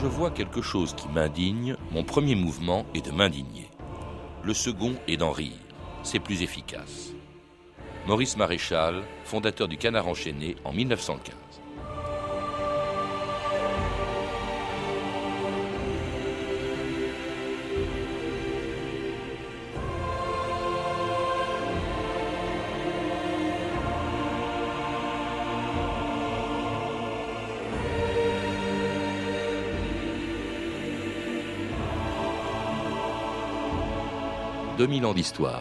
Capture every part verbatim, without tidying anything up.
je vois quelque chose qui m'indigne, mon premier mouvement est de m'indigner. Le second est d'en rire. C'est plus efficace. Maurice Maréchal, fondateur du Canard enchaîné en mille neuf cent quinze. deux mille ans d'histoire.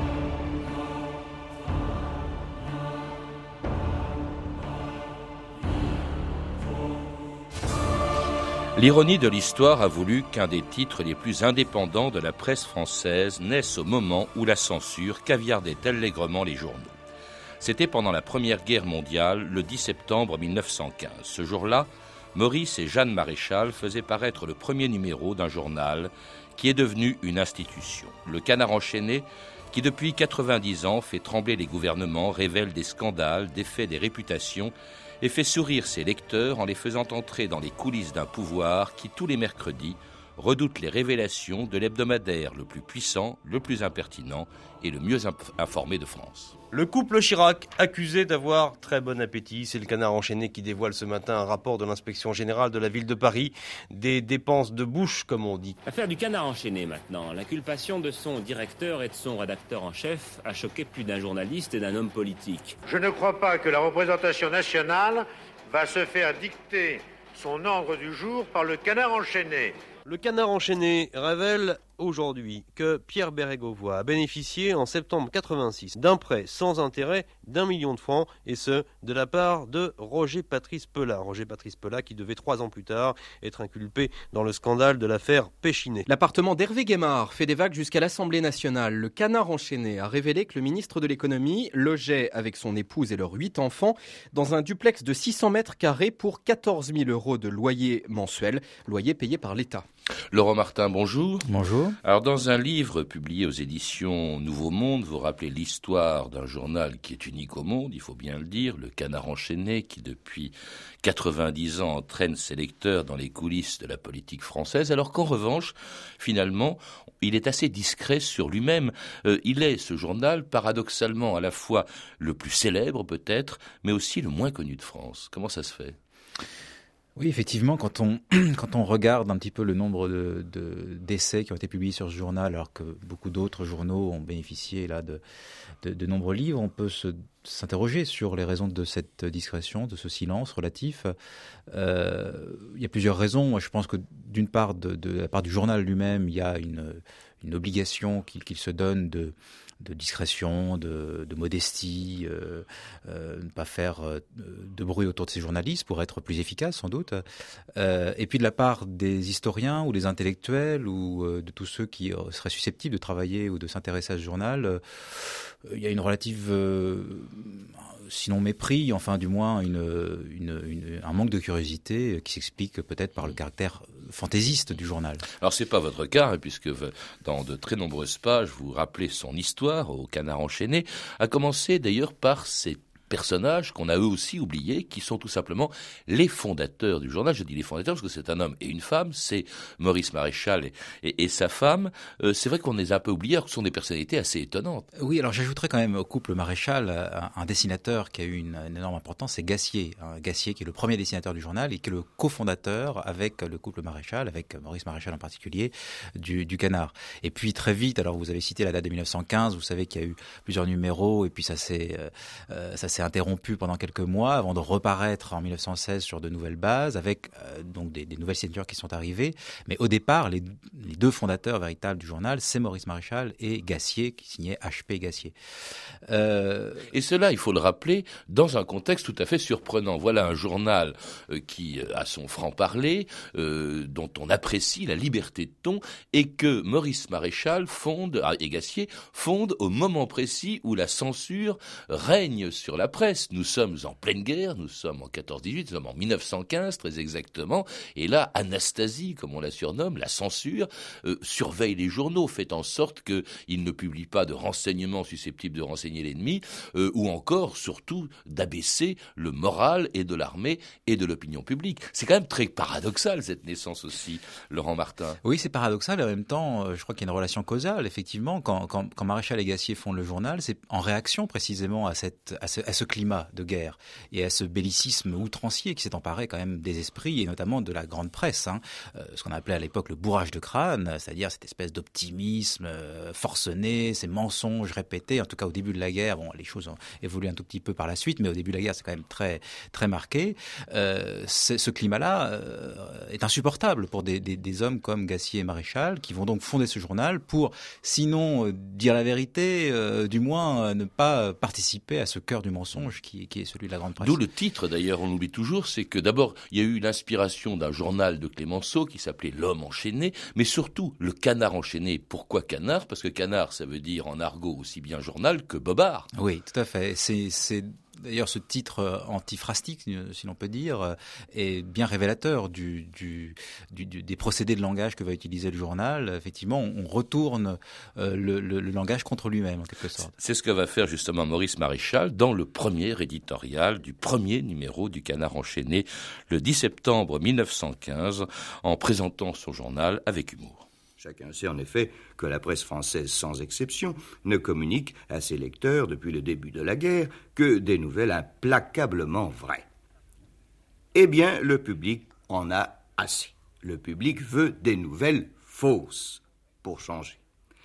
L'ironie de l'histoire a voulu qu'un des titres les plus indépendants de la presse française naisse au moment où la censure caviardait allègrement les journaux. C'était pendant la Première Guerre mondiale, le dix septembre mille neuf cent quinze. Ce jour-là, Maurice et Jeanne Maréchal faisaient paraître le premier numéro d'un journal qui est devenu une institution. Le Canard enchaîné, qui depuis quatre-vingt-dix ans fait trembler les gouvernements, révèle des scandales, défait des réputations et fait sourire ses lecteurs en les faisant entrer dans les coulisses d'un pouvoir qui, tous les mercredis, redoute les révélations de l'hebdomadaire le plus puissant, le plus impertinent et le mieux inf- informé de France. Le couple Chirac, accusé d'avoir très bon appétit, c'est le Canard enchaîné qui dévoile ce matin un rapport de l'inspection générale de la ville de Paris, des dépenses de bouche, comme on dit. L'affaire du Canard enchaîné maintenant. L'inculpation de son directeur et de son rédacteur en chef a choqué plus d'un journaliste et d'un homme politique. Je ne crois pas que la représentation nationale va se faire dicter son ordre du jour par le Canard enchaîné. Le Canard enchaîné révèle aujourd'hui que Pierre Bérégovoy a bénéficié en septembre quatre-vingt-six d'un prêt sans intérêt d'un million de francs, et ce, de la part de Roger Patrice Pelat. Roger Patrice Pelat qui devait trois ans plus tard être inculpé dans le scandale de l'affaire Péchinet. L'appartement d'Hervé Guémard fait des vagues jusqu'à l'Assemblée nationale. Le Canard enchaîné a révélé que le ministre de l'économie logeait avec son épouse et leurs huit enfants dans un duplex de six cents mètres carrés pour quatorze mille euros de loyer mensuel, loyer payé par l'État. Laurent Martin, bonjour. Bonjour. Alors, dans un livre publié aux éditions Nouveau Monde, vous rappelez l'histoire d'un journal qui est unique au monde, il faut bien le dire, le Canard enchaîné, qui depuis quatre-vingt-dix ans entraîne ses lecteurs dans les coulisses de la politique française, alors qu'en revanche, finalement, il est assez discret sur lui-même. Euh, il est, ce journal, paradoxalement à la fois le plus célèbre peut-être, mais aussi le moins connu de France. Comment ça se fait ? Oui, effectivement, quand on, quand on regarde un petit peu le nombre de, de, d'essais qui ont été publiés sur ce journal, alors que beaucoup d'autres journaux ont bénéficié là, de, de, de nombreux livres, on peut se, s'interroger sur les raisons de cette discrétion, de ce silence relatif. Euh, il y a plusieurs raisons. Moi, je pense que d'une part, de, de la part du journal lui-même, il y a une, une obligation qu'il, qu'il se donne de de discrétion, de, de modestie, euh, euh, ne pas faire euh, de bruit autour de ces journalistes pour être plus efficace sans doute. Euh, et puis de la part des historiens ou des intellectuels ou euh, de tous ceux qui euh, seraient susceptibles de travailler ou de s'intéresser à ce journal, euh, il y a une relative, euh, sinon mépris, enfin du moins une, une, une, un manque de curiosité qui s'explique peut-être par le caractère fantaisiste du journal. Alors c'est pas votre cas, hein, puisque dans de très nombreuses pages, vous rappelez son histoire au Canard enchaîné, a commencé d'ailleurs par ces personnages qu'on a eux aussi oubliés, qui sont tout simplement les fondateurs du journal. Je dis les fondateurs parce que c'est un homme et une femme, c'est Maurice Maréchal et, et, et sa femme. Euh, c'est vrai qu'on les a un peu oubliés, alors que ce sont des personnalités assez étonnantes. Oui, alors j'ajouterais quand même au couple Maréchal un, un dessinateur qui a eu une, une énorme importance, c'est Gassier. Hein, Gassier qui est le premier dessinateur du journal et qui est le cofondateur avec le couple Maréchal, avec Maurice Maréchal en particulier, du, du Canard. Et puis très vite, alors vous avez cité la date de mille neuf cent quinze, vous savez qu'il y a eu plusieurs numéros et puis ça s'est, euh, ça s'est interrompu pendant quelques mois avant de reparaître en mille neuf cent seize sur de nouvelles bases avec euh, donc des, des nouvelles signatures qui sont arrivées. Mais au départ, les, les deux fondateurs véritables du journal, c'est Maurice Maréchal et Gassier qui signait H P Gassier. Euh... Et cela, il faut le rappeler, dans un contexte tout à fait surprenant. Voilà un journal euh, qui a son franc-parler, euh, dont on apprécie la liberté de ton, et que Maurice Maréchal fonde, et Gassier fonde au moment précis où la censure règne sur la presse. Nous sommes en pleine guerre, nous sommes en quatorze dix-huit, nous sommes en mille neuf cent quinze très exactement, et là, Anastasie, comme on la surnomme, la censure, euh, surveille les journaux, fait en sorte qu'ils ne publient pas de renseignements susceptibles de renseigner l'ennemi, euh, ou encore, surtout, d'abaisser le moral et de l'armée et de l'opinion publique. C'est quand même très paradoxal, cette naissance aussi, Laurent Martin. Oui, c'est paradoxal, et en même temps, je crois qu'il y a une relation causale, effectivement. Quand, quand, quand Maréchal et Gassier font le journal, c'est en réaction précisément à, cette, à, ce, à ce climat de guerre et à ce bellicisme outrancier qui s'est emparé quand même des esprits, et notamment de la grande presse, hein. Euh, ce qu'on appelait à l'époque le bourrage de crâne, c'est-à-dire cette espèce d'optimisme euh, forcené, ces mensonges répétés. En tout cas, au début de la guerre, bon, les choses ont évolué un tout petit peu par la suite, mais au début de la guerre, c'est quand même très, très marqué. Euh, ce climat-là euh, est insupportable pour des, des, des hommes comme Gassier et Maréchal, qui vont donc fonder ce journal pour, sinon euh, dire la vérité, euh, du moins euh, ne pas participer à ce cœur du mensonge qui, qui est celui de la grande presse. D'où le titre, d'ailleurs, on l'oublie toujours, c'est que d'abord, il y a eu l'inspiration d'un journal de Clémenceau qui s'appelait L'Homme enchaîné, mais surtout le Canard enchaîné. Pourquoi canard ? Parce que canard, ça veut dire en argot aussi bien journal que bobard. Oui, tout à fait. C'est... c'est... D'ailleurs, ce titre antiphrastique, si l'on peut dire, est bien révélateur du, du, du, des procédés de langage que va utiliser le journal. Effectivement, on retourne le, le, le langage contre lui-même, en quelque sorte. C'est ce que va faire justement Maurice Maréchal dans le premier éditorial du premier numéro du Canard enchaîné, le dix septembre mille neuf cent quinze, en présentant son journal avec humour. Chacun sait en effet que la presse française, sans exception, ne communique à ses lecteurs depuis le début de la guerre que des nouvelles implacablement vraies. Eh bien, le public en a assez. Le public veut des nouvelles fausses pour changer.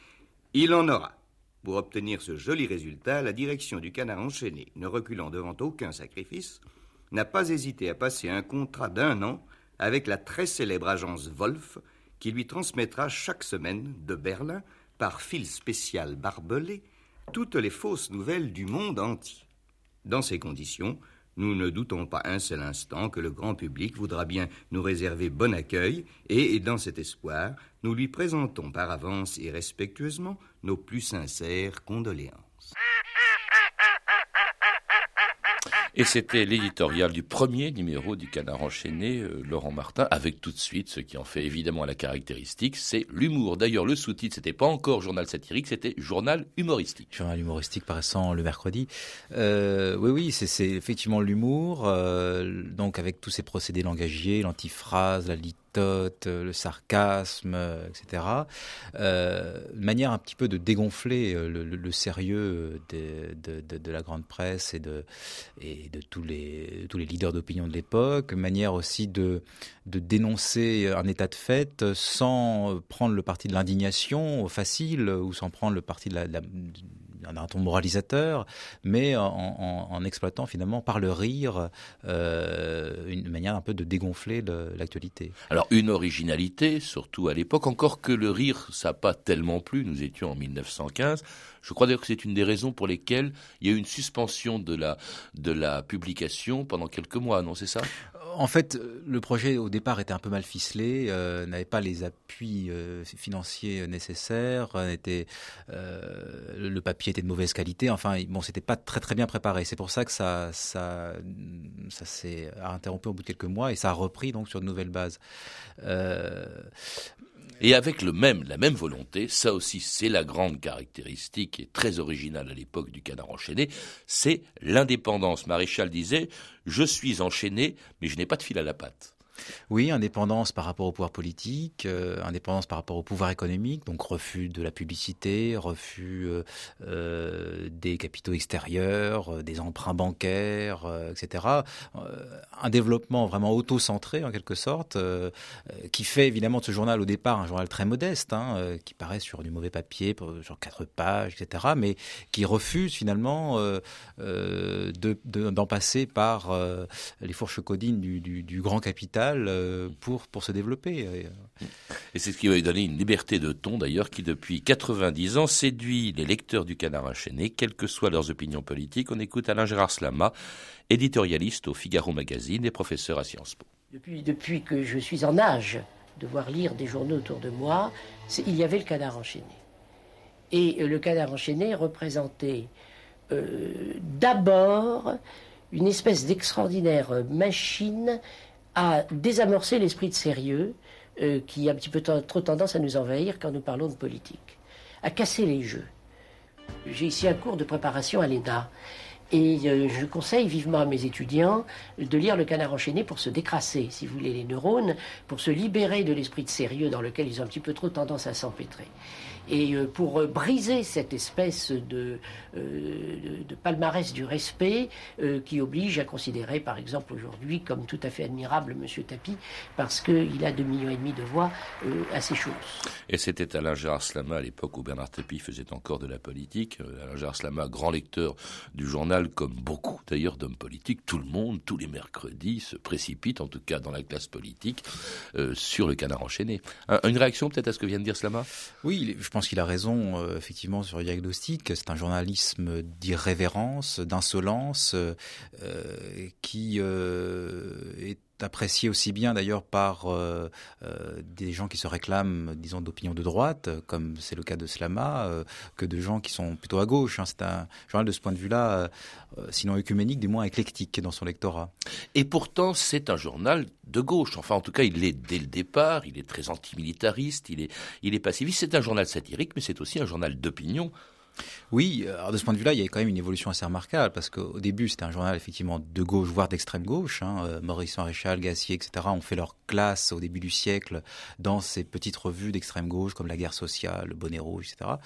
Il en aura. Pour obtenir ce joli résultat, la direction du Canard enchaîné, ne reculant devant aucun sacrifice, n'a pas hésité à passer un contrat d'un an avec la très célèbre agence Wolf, qui lui transmettra chaque semaine, de Berlin, par fil spécial barbelé, toutes les fausses nouvelles du monde entier. Dans ces conditions, nous ne doutons pas un seul instant que le grand public voudra bien nous réserver bon accueil, et, dans cet espoir, nous lui présentons par avance et respectueusement nos plus sincères condoléances. Et c'était l'éditorial du premier numéro du Canard enchaîné, euh, Laurent Martin, avec tout de suite ce qui en fait évidemment la caractéristique, c'est l'humour. D'ailleurs, le sous-titre, c'était pas encore journal satirique, c'était journal humoristique. Journal humoristique paraissant le mercredi. Euh, oui, oui, c'est, c'est effectivement l'humour, euh, donc avec tous ces procédés langagiers, l'antiphrase, la litote, le sarcasme, et cetera. Euh, une manière un petit peu de dégonfler le, le, le sérieux de, de, de, de la grande presse et de, et de tous les, tous les leaders d'opinion de l'époque. Une manière aussi de, de dénoncer un état de fait sans prendre le parti de l'indignation facile ou sans prendre le parti de la, de la d'un ton moralisateur, mais en, en, en exploitant finalement par le rire euh, une manière un peu de dégonfler le, l'actualité. Alors une originalité, surtout à l'époque, encore que le rire, ça n'a pas tellement plu, nous étions en mille neuf cent quinze, je crois d'ailleurs que c'est une des raisons pour lesquelles il y a eu une suspension de la, de la publication pendant quelques mois, non, c'est ça ? En fait, le projet au départ était un peu mal ficelé, euh, n'avait pas les appuis euh, financiers nécessaires, était, euh, le papier était de mauvaise qualité. Enfin, bon, c'était pas très très bien préparé. C'est pour ça que ça ça ça s'est interrompu au bout de quelques mois et ça a repris donc sur de nouvelles bases. Euh... Et avec le même, la même volonté, ça aussi c'est la grande caractéristique et très originale à l'époque du Canard enchaîné, c'est l'indépendance. Maréchal disait « Je suis enchaîné, mais je n'ai pas de fil à la patte ». Oui, indépendance par rapport au pouvoir politique, euh, indépendance par rapport au pouvoir économique, donc refus de la publicité, refus euh, euh, des capitaux extérieurs, euh, des emprunts bancaires, euh, et cetera. Euh, un développement vraiment auto-centré en quelque sorte, euh, euh, qui fait évidemment de ce journal au départ un journal très modeste, hein, euh, qui paraît sur du mauvais papier, sur quatre pages, et cetera, mais qui refuse finalement euh, euh, de, de, d'en passer par euh, les fourches caudines du, du, du grand capital pour, pour se développer. Et c'est ce qui va lui donner une liberté de ton, d'ailleurs, qui depuis quatre-vingt-dix ans séduit les lecteurs du Canard enchaîné, quelles que soient leurs opinions politiques. On écoute Alain Gérard Slama, éditorialiste au Figaro Magazine et professeur à Sciences Po. Depuis, depuis que je suis en âge de voir lire des journaux autour de moi, il y avait le Canard enchaîné. Et le Canard enchaîné représentait euh, d'abord une espèce d'extraordinaire machine à désamorcer l'esprit de sérieux euh, qui a un petit peu t- trop tendance à nous envahir quand nous parlons de politique, à casser les jeux. J'ai ici un cours de préparation à l'E N A et euh, je conseille vivement à mes étudiants de lire Le Canard enchaîné pour se décrasser, si vous voulez, les neurones, pour se libérer de l'esprit de sérieux dans lequel ils ont un petit peu trop tendance à s'empêtrer. Et euh, pour euh, briser cette espèce de, euh, de, de palmarès du respect euh, qui oblige à considérer, par exemple, aujourd'hui, comme tout à fait admirable M. Tapie, parce qu'il a deux millions et demi de voix euh, à ses choses. Et c'était Alain Gérard Slama, à l'époque où Bernard Tapie faisait encore de la politique. Alain Gérard Slama, grand lecteur du journal, comme beaucoup d'ailleurs d'hommes politiques. Tout le monde, tous les mercredis, se précipite, en tout cas dans la classe politique, euh, sur Le Canard enchaîné. Un, une réaction peut-être à ce que vient de dire Slama ? Oui, je pense qu'il a raison, euh, effectivement, sur le diagnostic. C'est un journalisme d'irrévérence, d'insolence, euh, qui euh, est apprécié aussi bien d'ailleurs par euh, euh, des gens qui se réclament, disons, d'opinion de droite, comme c'est le cas de Slama, euh, que de gens qui sont plutôt à gauche. Hein. C'est un journal de ce point de vue-là, euh, sinon œcuménique, du moins éclectique dans son lectorat. Et pourtant, c'est un journal de gauche. Enfin, en tout cas, il l'est dès le départ. Il est très antimilitariste, il est, il est pacifiste. C'est un journal satirique, mais c'est aussi un journal d'opinion. Oui, alors de ce point de vue-là, il y a quand même une évolution assez remarquable, parce qu'au début, c'était un journal effectivement de gauche, voire d'extrême gauche. Hein. Euh, Maurice Maréchal, Gassier, et cetera ont fait leur classe au début du siècle dans ces petites revues d'extrême gauche, comme La Guerre sociale, Le Bonnet rouge, et cetera.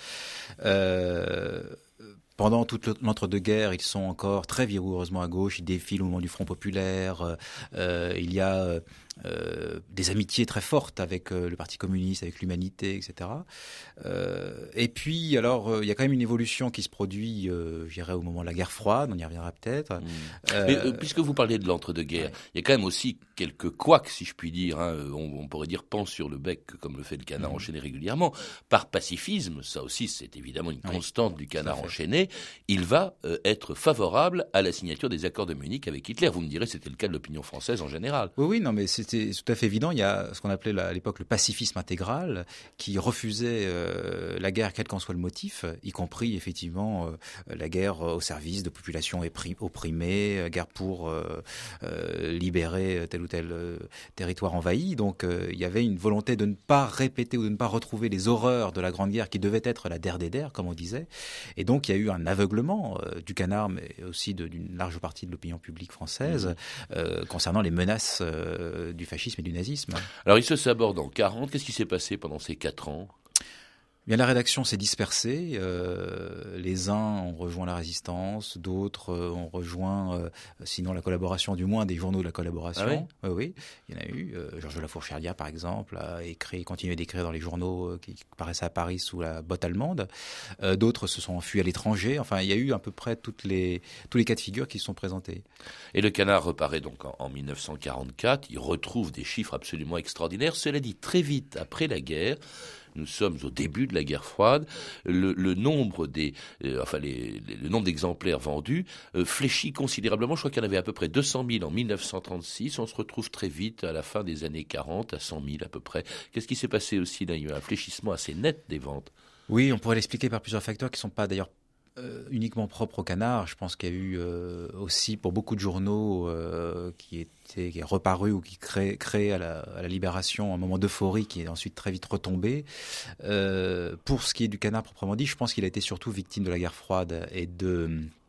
Euh... Pendant toute l'entre-deux-guerres, ils sont encore très vigoureusement à gauche. Ils défilent au moment du Front populaire. Euh, il y a euh, des amitiés très fortes avec euh, le Parti communiste, avec l'Humanité, et cetera. Euh, et puis, alors, euh, il y a quand même une évolution qui se produit, euh, je dirais, au moment de la guerre froide. On y reviendra peut-être. Mmh. Euh, Mais euh, puisque vous parlez de l'entre-deux-guerres, ouais. Il y a quand même aussi quelques couacs, si je puis dire. Hein. On, on pourrait dire pan sur le bec, comme le fait le Canard mmh. enchaîné régulièrement. Par pacifisme, ça aussi, c'est évidemment une constante oui, du Canard enchaîné. Il va euh, être favorable à la signature des accords de Munich avec Hitler. Vous me direz, c'était le cas de l'opinion française en général. Oui, oui, non, mais c'était tout à fait évident. Il y a ce qu'on appelait à l'époque le pacifisme intégral, qui refusait euh, la guerre, quel qu'en soit le motif, y compris effectivement euh, la guerre au service de populations opprimées, euh, guerre pour euh, euh, libérer tel ou tel euh, territoire envahi. Donc euh, il y avait une volonté de ne pas répéter ou de ne pas retrouver les horreurs de la Grande Guerre, qui devait être la der des der, comme on disait. Et donc il y a eu un aveuglement euh, du Canard, mais aussi de, d'une large partie de l'opinion publique française, mmh. euh, concernant les menaces euh, du fascisme et du nazisme. Alors il se saborde en quarante. Qu'est-ce qui s'est passé pendant ces quatre ans ? Bien, la rédaction s'est dispersée. Euh, les uns ont rejoint la résistance, d'autres euh, ont rejoint, euh, sinon la collaboration, du moins des journaux de la collaboration. Ah oui, oui, oui, il y en a eu. Euh, Georges Lafourchère, par exemple, a écrit, continué d'écrire dans les journaux euh, qui paraissaient à Paris sous la botte allemande. Euh, d'autres se sont enfuis à l'étranger. Enfin, il y a eu à peu près toutes les, tous les cas de figure qui se sont présentés. Et le Canard reparaît donc en, en dix-neuf cent quarante-quatre. Il retrouve des chiffres absolument extraordinaires. Cela dit, très vite après la guerre, nous sommes au début de la guerre froide. Le, le nombre des, euh, enfin les, les, le nombre d'exemplaires vendus euh, fléchit considérablement. Je crois qu'il y en avait à peu près deux cent mille en dix-neuf cent trente-six. On se retrouve très vite à la fin des années quarante à cent mille à peu près. Qu'est-ce qui s'est passé aussi là ? Il y a eu un fléchissement assez net des ventes. Oui, on pourrait l'expliquer par plusieurs facteurs qui ne sont pas d'ailleurs Euh, uniquement propre au Canard. Je pense qu'il y a eu euh, aussi pour beaucoup de journaux euh, qui étaient qui est reparu ou qui créaient créé à, la, à la Libération un moment d'euphorie qui est ensuite très vite retombé. Euh, pour ce qui est du Canard proprement dit, je pense qu'il a été surtout victime de la guerre froide et de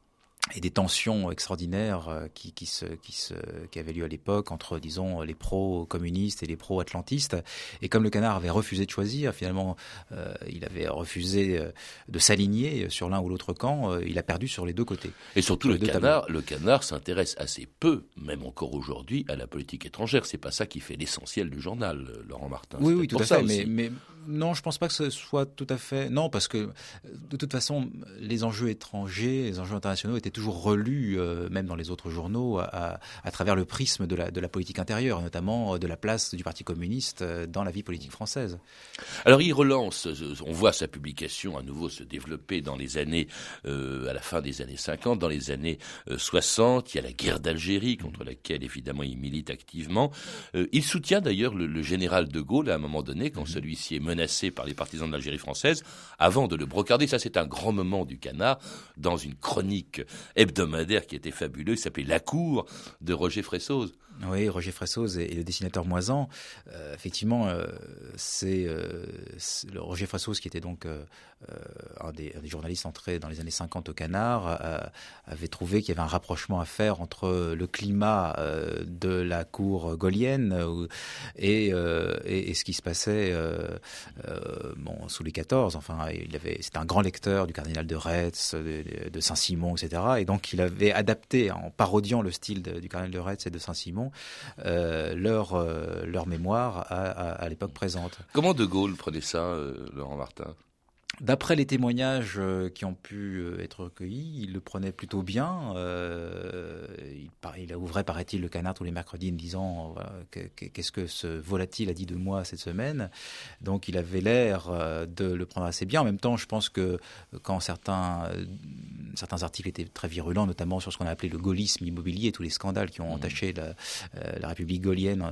et des tensions extraordinaires qui, qui, se, qui, se, qui avaient lieu à l'époque entre, disons, les pro-communistes et les pro-atlantistes. Et comme le Canard avait refusé de choisir, finalement, euh, il avait refusé de s'aligner sur l'un ou l'autre camp, euh, il a perdu sur les deux côtés. Et surtout, le Canard, le Canard s'intéresse assez peu, même encore aujourd'hui, à la politique étrangère. C'est pas ça qui fait l'essentiel du journal, Laurent Martin. Oui, oui, tout à fait. Mais, mais non, je pense pas que ce soit tout à fait... Non, parce que, de toute façon, les enjeux étrangers, les enjeux internationaux étaient toujours relus, euh, même dans les autres journaux, à, à travers le prisme de la, de la politique intérieure, notamment de la place du Parti communiste dans la vie politique française. Alors il relance, on voit sa publication à nouveau se développer dans les années, euh, à la fin des années cinquante, dans les années euh, soixante, il y a la guerre d'Algérie, contre laquelle évidemment il milite activement. Euh, il soutient d'ailleurs le, le général de Gaulle à un moment donné, quand mmh. celui-ci est menacé par les partisans de l'Algérie française avant de le brocarder. Ça, c'est un grand moment du Canard dans une chronique hebdomadaire qui était fabuleuse, qui s'appelait La Cour de Roger Fressoz. Oui, Roger Fressoz et, et le dessinateur Moisan. Euh, effectivement, euh, c'est, euh, c'est le Roger Fressoz qui était donc euh, un, des, un des journalistes entrés dans les années cinquante au Canard, euh, avait trouvé qu'il y avait un rapprochement à faire entre le climat euh, de la cour gaulienne euh, et, euh, et, et ce qui se passait euh, euh, bon, sous les quatorze. Enfin, il avait, c'était un grand lecteur du cardinal de Retz, de, de Saint-Simon, et cetera. Et donc, il avait adapté, en parodiant le style de, du cardinal de Retz et de Saint-Simon, Euh, leur, euh, leur mémoire à, à, à l'époque présente. Comment De Gaulle prenait ça, euh, Laurent Martin ? D'après les témoignages euh, qui ont pu euh, être recueillis, il le prenait plutôt bien. Euh, il, par, il ouvrait, paraît-il, le Canard tous les mercredis en disant euh, que, qu'est-ce que ce volatile a dit de moi cette semaine. Donc il avait l'air euh, de le prendre assez bien. En même temps, je pense que quand certains, euh, certains articles étaient très virulents, notamment sur ce qu'on a appelé le gaullisme immobilier, tous les scandales qui ont entaché la, euh, la République gaulienne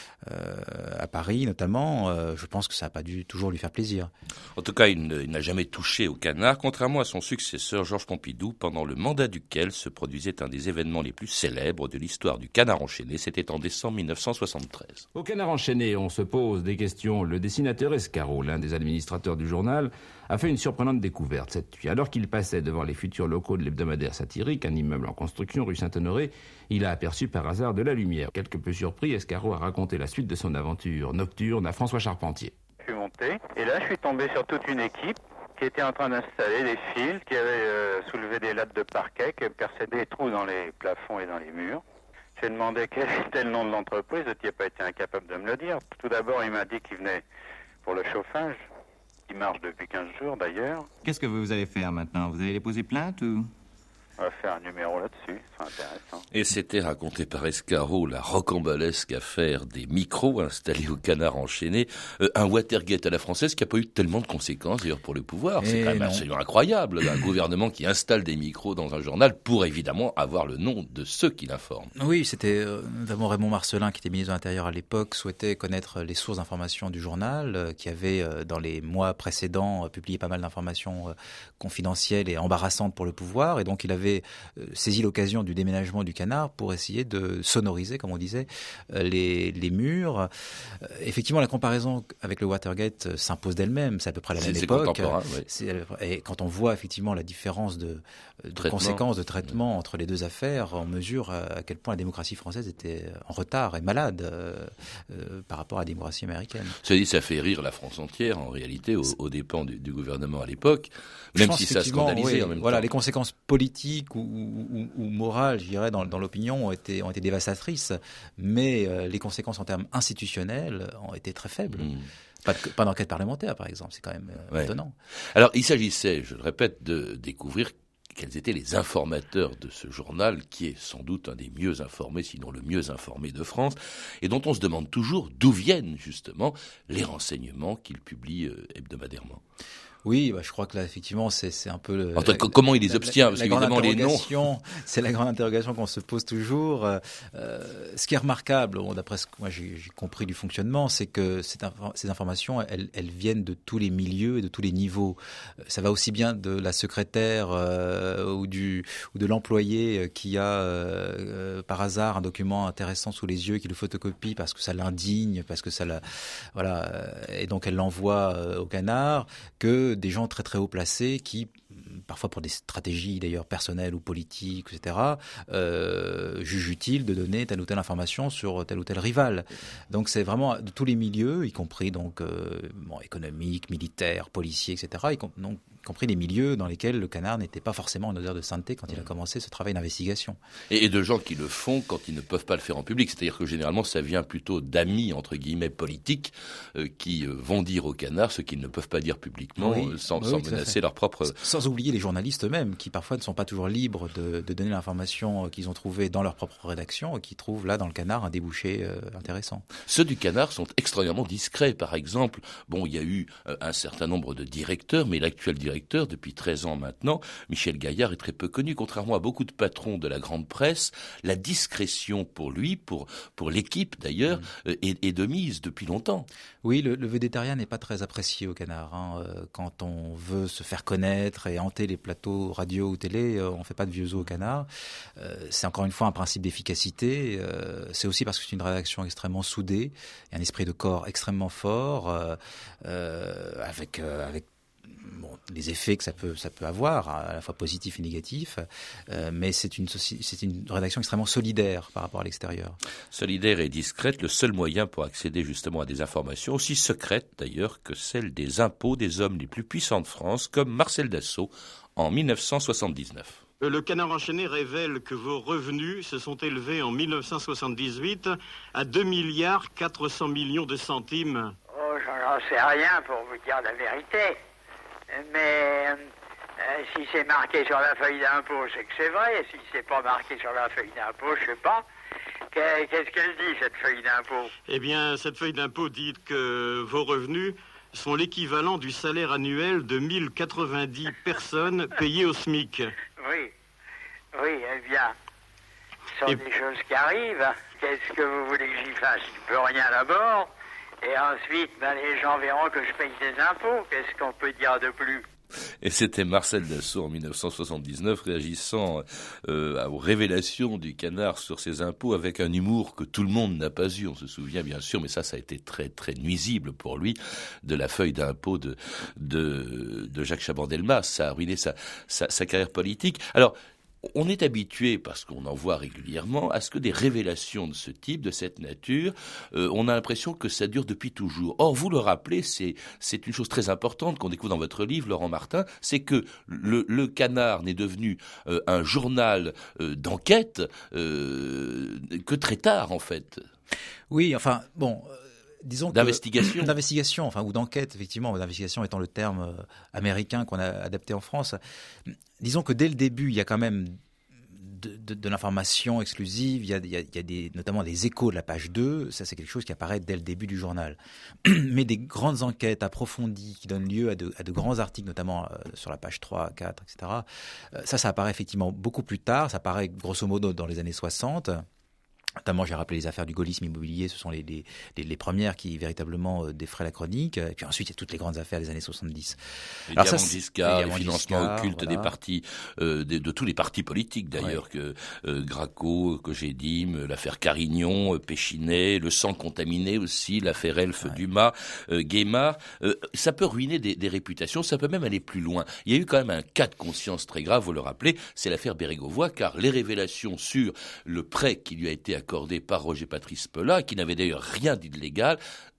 euh, à Paris notamment, euh, je pense que ça n'a pas dû toujours lui faire plaisir. En tout cas, il ne Il n'a jamais touché au Canard, contrairement à son successeur Georges Pompidou, pendant le mandat duquel se produisait un des événements les plus célèbres de l'histoire du Canard enchaîné. C'était en décembre mille neuf cent soixante-treize. Au Canard enchaîné, on se pose des questions. Le dessinateur Escarot, l'un des administrateurs du journal, a fait une surprenante découverte cette nuit. Alors qu'il passait devant les futurs locaux de l'hebdomadaire satirique, un immeuble en construction rue Saint-Honoré, il a aperçu par hasard de la lumière. Quelque peu surpris, Escarot a raconté la suite de son aventure nocturne à François Charpentier. Je suis monté et là je suis tombé sur toute une équipe qui était en train d'installer des fils, qui avait euh, soulevé des lattes de parquet, qui perçaient des trous dans les plafonds et dans les murs. J'ai demandé quel était le nom de l'entreprise, il n'a pas été incapable de me le dire. Tout d'abord, il m'a dit qu'il venait pour le chauffage, qui marche depuis quinze jours d'ailleurs. Qu'est-ce que vous allez faire maintenant ? Vous allez déposer plainte ou... On va faire un numéro là-dessus, c'est intéressant. Et c'était raconté par Escarot la rocambolesque affaire des micros installés au Canard enchaîné. Euh, un Watergate à la française qui n'a pas eu tellement de conséquences d'ailleurs pour le pouvoir. C'est Et quand même absolument incroyable. Un gouvernement qui installe des micros dans un journal pour évidemment avoir le nom de ceux qui l'informent. Oui, c'était euh, notamment Raymond Marcellin qui était ministre de l'Intérieur à l'époque, souhaitait connaître les sources d'information du journal, euh, qui avait euh, dans les mois précédents euh, publié pas mal d'informations euh, confidentielles et embarrassantes pour le pouvoir. Et donc il avait saisi l'occasion du déménagement du Canard pour essayer de sonoriser, comme on disait, les, les murs. Effectivement, la comparaison avec le Watergate s'impose d'elle-même. C'est à peu près la même c'est époque. Oui. C'est, et quand on voit effectivement la différence de, de conséquences, de traitement entre les deux affaires, on mesure à quel point la démocratie française était en retard et malade euh, euh, par rapport à la démocratie américaine. Ça dit, ça fait rire la France entière, en réalité, aux, aux dépens du, du gouvernement à l'époque, même si ça scandalisait oui, en même voilà, temps. Les conséquences politiques ou, ou, ou morales, je dirais, dans, dans l'opinion ont été, ont été dévastatrices, mais euh, les conséquences en termes institutionnels ont été très faibles. Mmh. Pas, de, pas d'enquête parlementaire, par exemple, c'est quand même euh, ouais. étonnant. Alors, il s'agissait, je le répète, de découvrir quels étaient les informateurs de ce journal, qui est sans doute un des mieux informés, sinon le mieux informé de France, et dont on se demande toujours d'où viennent justement les renseignements qu'il publie euh, hebdomadairement. Oui, bah, je crois que là, effectivement, c'est, c'est un peu... Le, en tout cas, comment il les obtient, parce qu'évidemment, les noms... C'est la grande interrogation qu'on se pose toujours. Euh, ce qui est remarquable, bon, d'après ce que moi j'ai, j'ai compris du fonctionnement, c'est que cette inf- ces informations, elles, elles viennent de tous les milieux et de tous les niveaux. Ça va aussi bien de la secrétaire euh, ou, du, ou de l'employé qui a, euh, par hasard, un document intéressant sous les yeux, qui le photocopie parce que ça l'indigne, parce que ça la... Voilà, et donc elle l'envoie euh, au Canard, que des gens très très haut placés qui, parfois pour des stratégies d'ailleurs personnelles ou politiques, et cetera, euh, jugent utile de donner telle ou telle information sur tel ou tel rival. Donc c'est vraiment de tous les milieux, y compris donc euh, bon, économiques, militaires, policiers, et cetera. Y, com- donc, y compris les milieux dans lesquels le Canard n'était pas forcément en odeur de sainteté quand il a commencé ce travail d'investigation. Et, et de gens qui le font quand ils ne peuvent pas le faire en public. C'est-à-dire que généralement ça vient plutôt d'amis entre guillemets politiques euh, qui euh, vont dire au Canard ce qu'ils ne peuvent pas dire publiquement. Oui. Sans, oui, sans menacer leur propre... Sans oublier les journalistes eux-mêmes, qui parfois ne sont pas toujours libres de, de donner l'information qu'ils ont trouvée dans leur propre rédaction, et qui trouvent là, dans le Canard, un débouché euh, intéressant. Ceux du Canard sont extrêmement discrets. Par exemple, bon, il y a eu euh, un certain nombre de directeurs, mais l'actuel directeur directeur depuis treize ans maintenant. Michel Gaillard est très peu connu, contrairement à beaucoup de patrons de la grande presse. La discrétion pour lui, pour, pour l'équipe d'ailleurs, mmh. est, est de mise depuis longtemps. Oui, le, le végétarien n'est pas très apprécié au Canard. Hein. Quand on veut se faire connaître et hanter les plateaux radio ou télé, on ne fait pas de vieux os au Canard. Euh, c'est encore une fois un principe d'efficacité. Euh, c'est aussi parce que c'est une rédaction extrêmement soudée, et un esprit de corps extrêmement fort, euh, euh, avec, euh, avec bon, les effets que ça peut, ça peut avoir, à la fois positifs et négatifs, euh, mais c'est une, c'est une rédaction extrêmement solidaire par rapport à l'extérieur. Solidaire et discrète, le seul moyen pour accéder justement à des informations, aussi secrètes d'ailleurs que celles des impôts des hommes les plus puissants de France, comme Marcel Dassault en mille neuf cent soixante-dix-neuf. Le Canard enchaîné révèle que vos revenus se sont élevés en mille neuf cent soixante-dix-huit à deux milliards quatre cents millions de centimes. Oh, j'en sais rien pour vous dire la vérité. Mais euh, si c'est marqué sur la feuille d'impôt, c'est que c'est vrai. Si c'est pas marqué sur la feuille d'impôt, je sais pas. Qu'est-ce qu'elle dit, cette feuille d'impôt? Eh bien, cette feuille d'impôt dit que vos revenus sont l'équivalent du salaire annuel de mille quatre-vingt-dix personnes payées au SMIC. Oui, oui, eh bien, ce sont Et... des choses qui arrivent. Qu'est-ce que vous voulez que j'y fasse? Je peux rien d'abord. Et ensuite, ben, les gens verront que je paye des impôts. Qu'est-ce qu'on peut dire de plus? Et c'était Marcel Dassault en mille neuf cent soixante-dix-neuf réagissant euh, aux révélations du Canard sur ses impôts avec un humour que tout le monde n'a pas eu. On se souvient bien sûr, mais ça, ça a été très très nuisible pour lui, de la feuille d'impôt de, de, de Jacques Chaban-Delmas. Ça a ruiné sa, sa, sa carrière politique. Alors, on est habitué, parce qu'on en voit régulièrement, à ce que des révélations de ce type, de cette nature, euh, on a l'impression que ça dure depuis toujours. Or, vous le rappelez, c'est, c'est une chose très importante qu'on découvre dans votre livre, Laurent Martin, c'est que le, le Canard n'est devenu euh, un journal euh, d'enquête euh, que très tard, en fait. Oui, enfin, bon... Disons d'investigation, que, d'investigation, enfin ou d'enquête effectivement, d'investigation étant le terme euh, américain qu'on a adapté en France. Disons que dès le début, il y a quand même de, de, de l'information exclusive. Il y a, il y a, il y a des, notamment des échos de la page deux. Ça, c'est quelque chose qui apparaît dès le début du journal. Mais des grandes enquêtes approfondies qui donnent lieu à de, à de grands articles, notamment euh, sur la page trois, quatre, et cetera. Euh, ça, ça apparaît effectivement beaucoup plus tard. Ça apparaît grosso modo dans les années soixante. Notamment, j'ai rappelé les affaires du gaullisme immobilier, ce sont les, les, les, les premières qui véritablement euh, défraient la chronique. Et puis ensuite, il y a toutes les grandes affaires des années soixante-dix. Les diamants Giscard, les financements occultes voilà. des partis, euh, de, de tous les partis politiques d'ailleurs, ouais. que euh, Graco, Cogedim, l'affaire Carignon, euh, Péchinet, le sang contaminé aussi, l'affaire Elf ouais. Dumas, euh, Guémard. Euh, ça peut ruiner des, des réputations, ça peut même aller plus loin. Il y a eu quand même un cas de conscience très grave, vous le rappelez, c'est l'affaire Bérégovoy, car les révélations sur le prêt qui lui a été accordé par Roger Patrice Pelat, qui n'avait d'ailleurs rien d'illégal,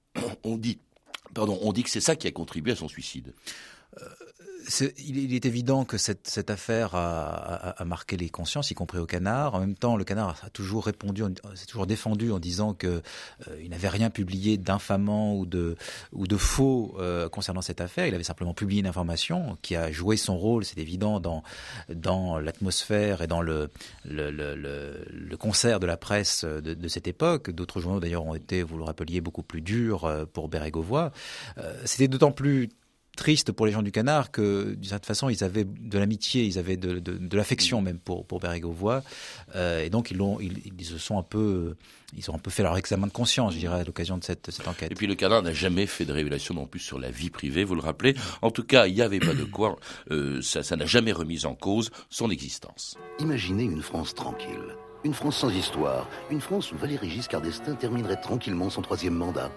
on dit, pardon, on dit que c'est ça qui a contribué à son suicide. Euh, c'est, il, il est évident que cette, cette affaire a, a, a marqué les consciences, y compris au Canard. En même temps, le Canard a toujours répondu, s'est toujours défendu en disant que euh, il n'avait rien publié d'infamant ou de ou de faux euh, concernant cette affaire. Il avait simplement publié une information qui a joué son rôle, c'est évident, dans dans l'atmosphère et dans le le, le, le, le concert de la presse de, de cette époque. D'autres journaux d'ailleurs ont été, vous le rappeliez, beaucoup plus durs pour Bérégovoy. Euh, c'était d'autant plus triste pour les gens du Canard que d'une certaine façon ils avaient de l'amitié, ils avaient de, de, de l'affection même pour pour Bérégovoy, euh, et donc ils l'ont ils, ils se sont un peu ils ont un peu fait leur examen de conscience, je dirais, à l'occasion de cette cette enquête. Et puis le Canard n'a jamais fait de révélation non plus sur la vie privée, vous le rappelez. En tout cas, il n'y avait pas de quoi, euh, ça ça n'a jamais remis en cause son existence. Imaginez une France tranquille, une France sans histoire, une France où Valéry Giscard d'Estaing terminerait tranquillement son troisième mandat.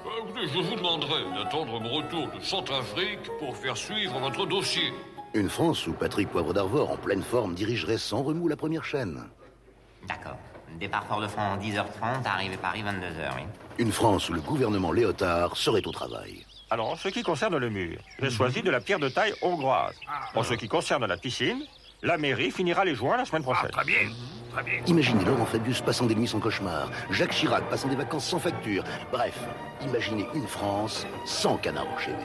Je vous demanderai d'attendre mon retour de Centrafrique pour faire suivre votre dossier. Une France où Patrick Poivre d'Arvor, en pleine forme, dirigerait sans remous la première chaîne. D'accord. Départ Fort-de-France, dix heures trente, arrivée Paris, vingt-deux heures, oui. Une France où le gouvernement Léotard serait au travail. Alors, en ce qui concerne le mur, j'ai choisi de la pierre de taille hongroise. En ce qui concerne la piscine, la mairie finira les joints la semaine prochaine. Ah, très bien. Imaginez Laurent Fabius passant des nuits sans cauchemar, Jacques Chirac passant des vacances sans facture. Bref, imaginez une France sans Canard enchaîné.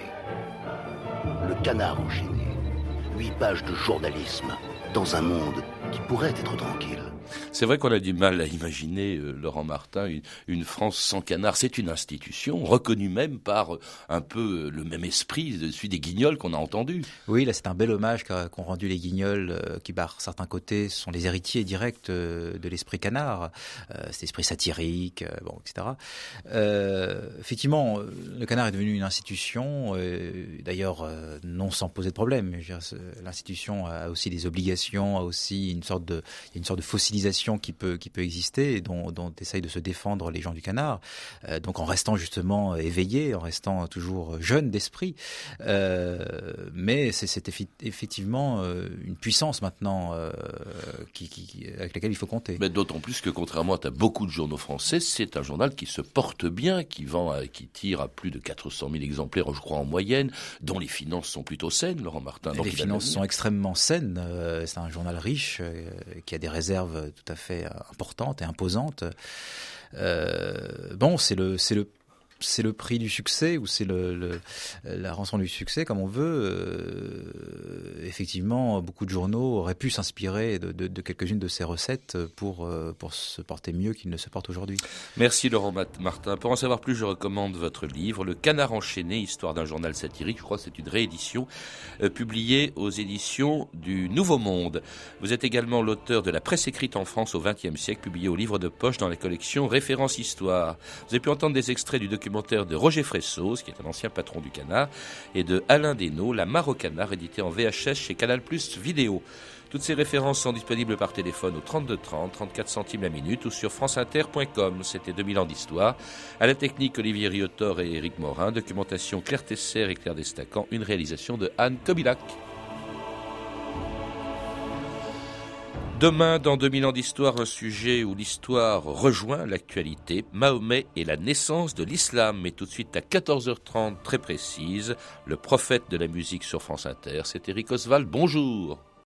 Le Canard enchaîné. Huit pages de journalisme dans un monde qui pourrait être tranquille. C'est vrai qu'on a du mal à imaginer, euh, Laurent Martin, une, une France sans canard. C'est une institution reconnue même par euh, un peu le même esprit de celui des Guignols qu'on a entendu. Oui, là c'est un bel hommage qu'a, qu'ont rendu les Guignols, euh, qui par certains côtés sont les héritiers directs euh, de l'esprit canard, euh, cet esprit satirique, euh, bon, et cetera. Euh, effectivement, le canard est devenu une institution, euh, d'ailleurs euh, non sans poser de problème. Je veux dire, l'institution a aussi des obligations, a aussi une sorte de, il y a une sorte de fossilisation qui peut qui peut exister et dont, dont essayent de se défendre les gens du canard. Euh, donc en restant justement éveillés, en restant toujours jeunes d'esprit. Euh, mais c'est, c'est effi- effectivement euh, une puissance maintenant euh, qui, qui, avec laquelle il faut compter. Mais d'autant plus que contrairement à beaucoup de journaux français, c'est un journal qui se porte bien, qui vend, à, qui tire à plus de quatre cent mille exemplaires, je crois en moyenne, dont les finances sont plutôt saines, Laurent Martin. Les finances sont extrêmement saines. Euh, c'est un journal riche euh, qui a des réserves tout à fait importantes et imposantes. Euh, bon, c'est le, c'est le c'est le prix du succès ou c'est le, le, la rançon du succès, comme on veut. Euh, effectivement, beaucoup de journaux auraient pu s'inspirer de, de, de quelques-unes de ces recettes pour, pour se porter mieux qu'ils ne se portent aujourd'hui. Merci Laurent Martin. Pour en savoir plus, je recommande votre livre, Le Canard enchaîné, histoire d'un journal satirique. Je crois que c'est une réédition euh, publiée aux éditions du Nouveau Monde. Vous êtes également l'auteur de La presse écrite en France au vingtième siècle, publié au livre de poche dans la collection Référence Histoire. Vous avez pu entendre des extraits du documentaire de Roger Fressos, qui est un ancien patron du Canard, et de Alain Desnaux, La Mare au Canard, édité en V H S chez Canal Plus Vidéo. Toutes ces références sont disponibles par téléphone au trente-deux trente, trente-quatre centimes la minute ou sur franceinter point com. C'était deux mille ans d'histoire. À la technique, Olivier Riotor et Éric Morin. Documentation Claire Tesser et Claire Destacan. Une réalisation de Anne Kobilac. Demain, dans deux mille ans d'histoire, un sujet où l'histoire rejoint l'actualité, Mahomet et la naissance de l'islam. Mais tout de suite à quatorze heures trente, très précise, le prophète de la musique sur France Inter, c'est Éric Oswald. Bonjour.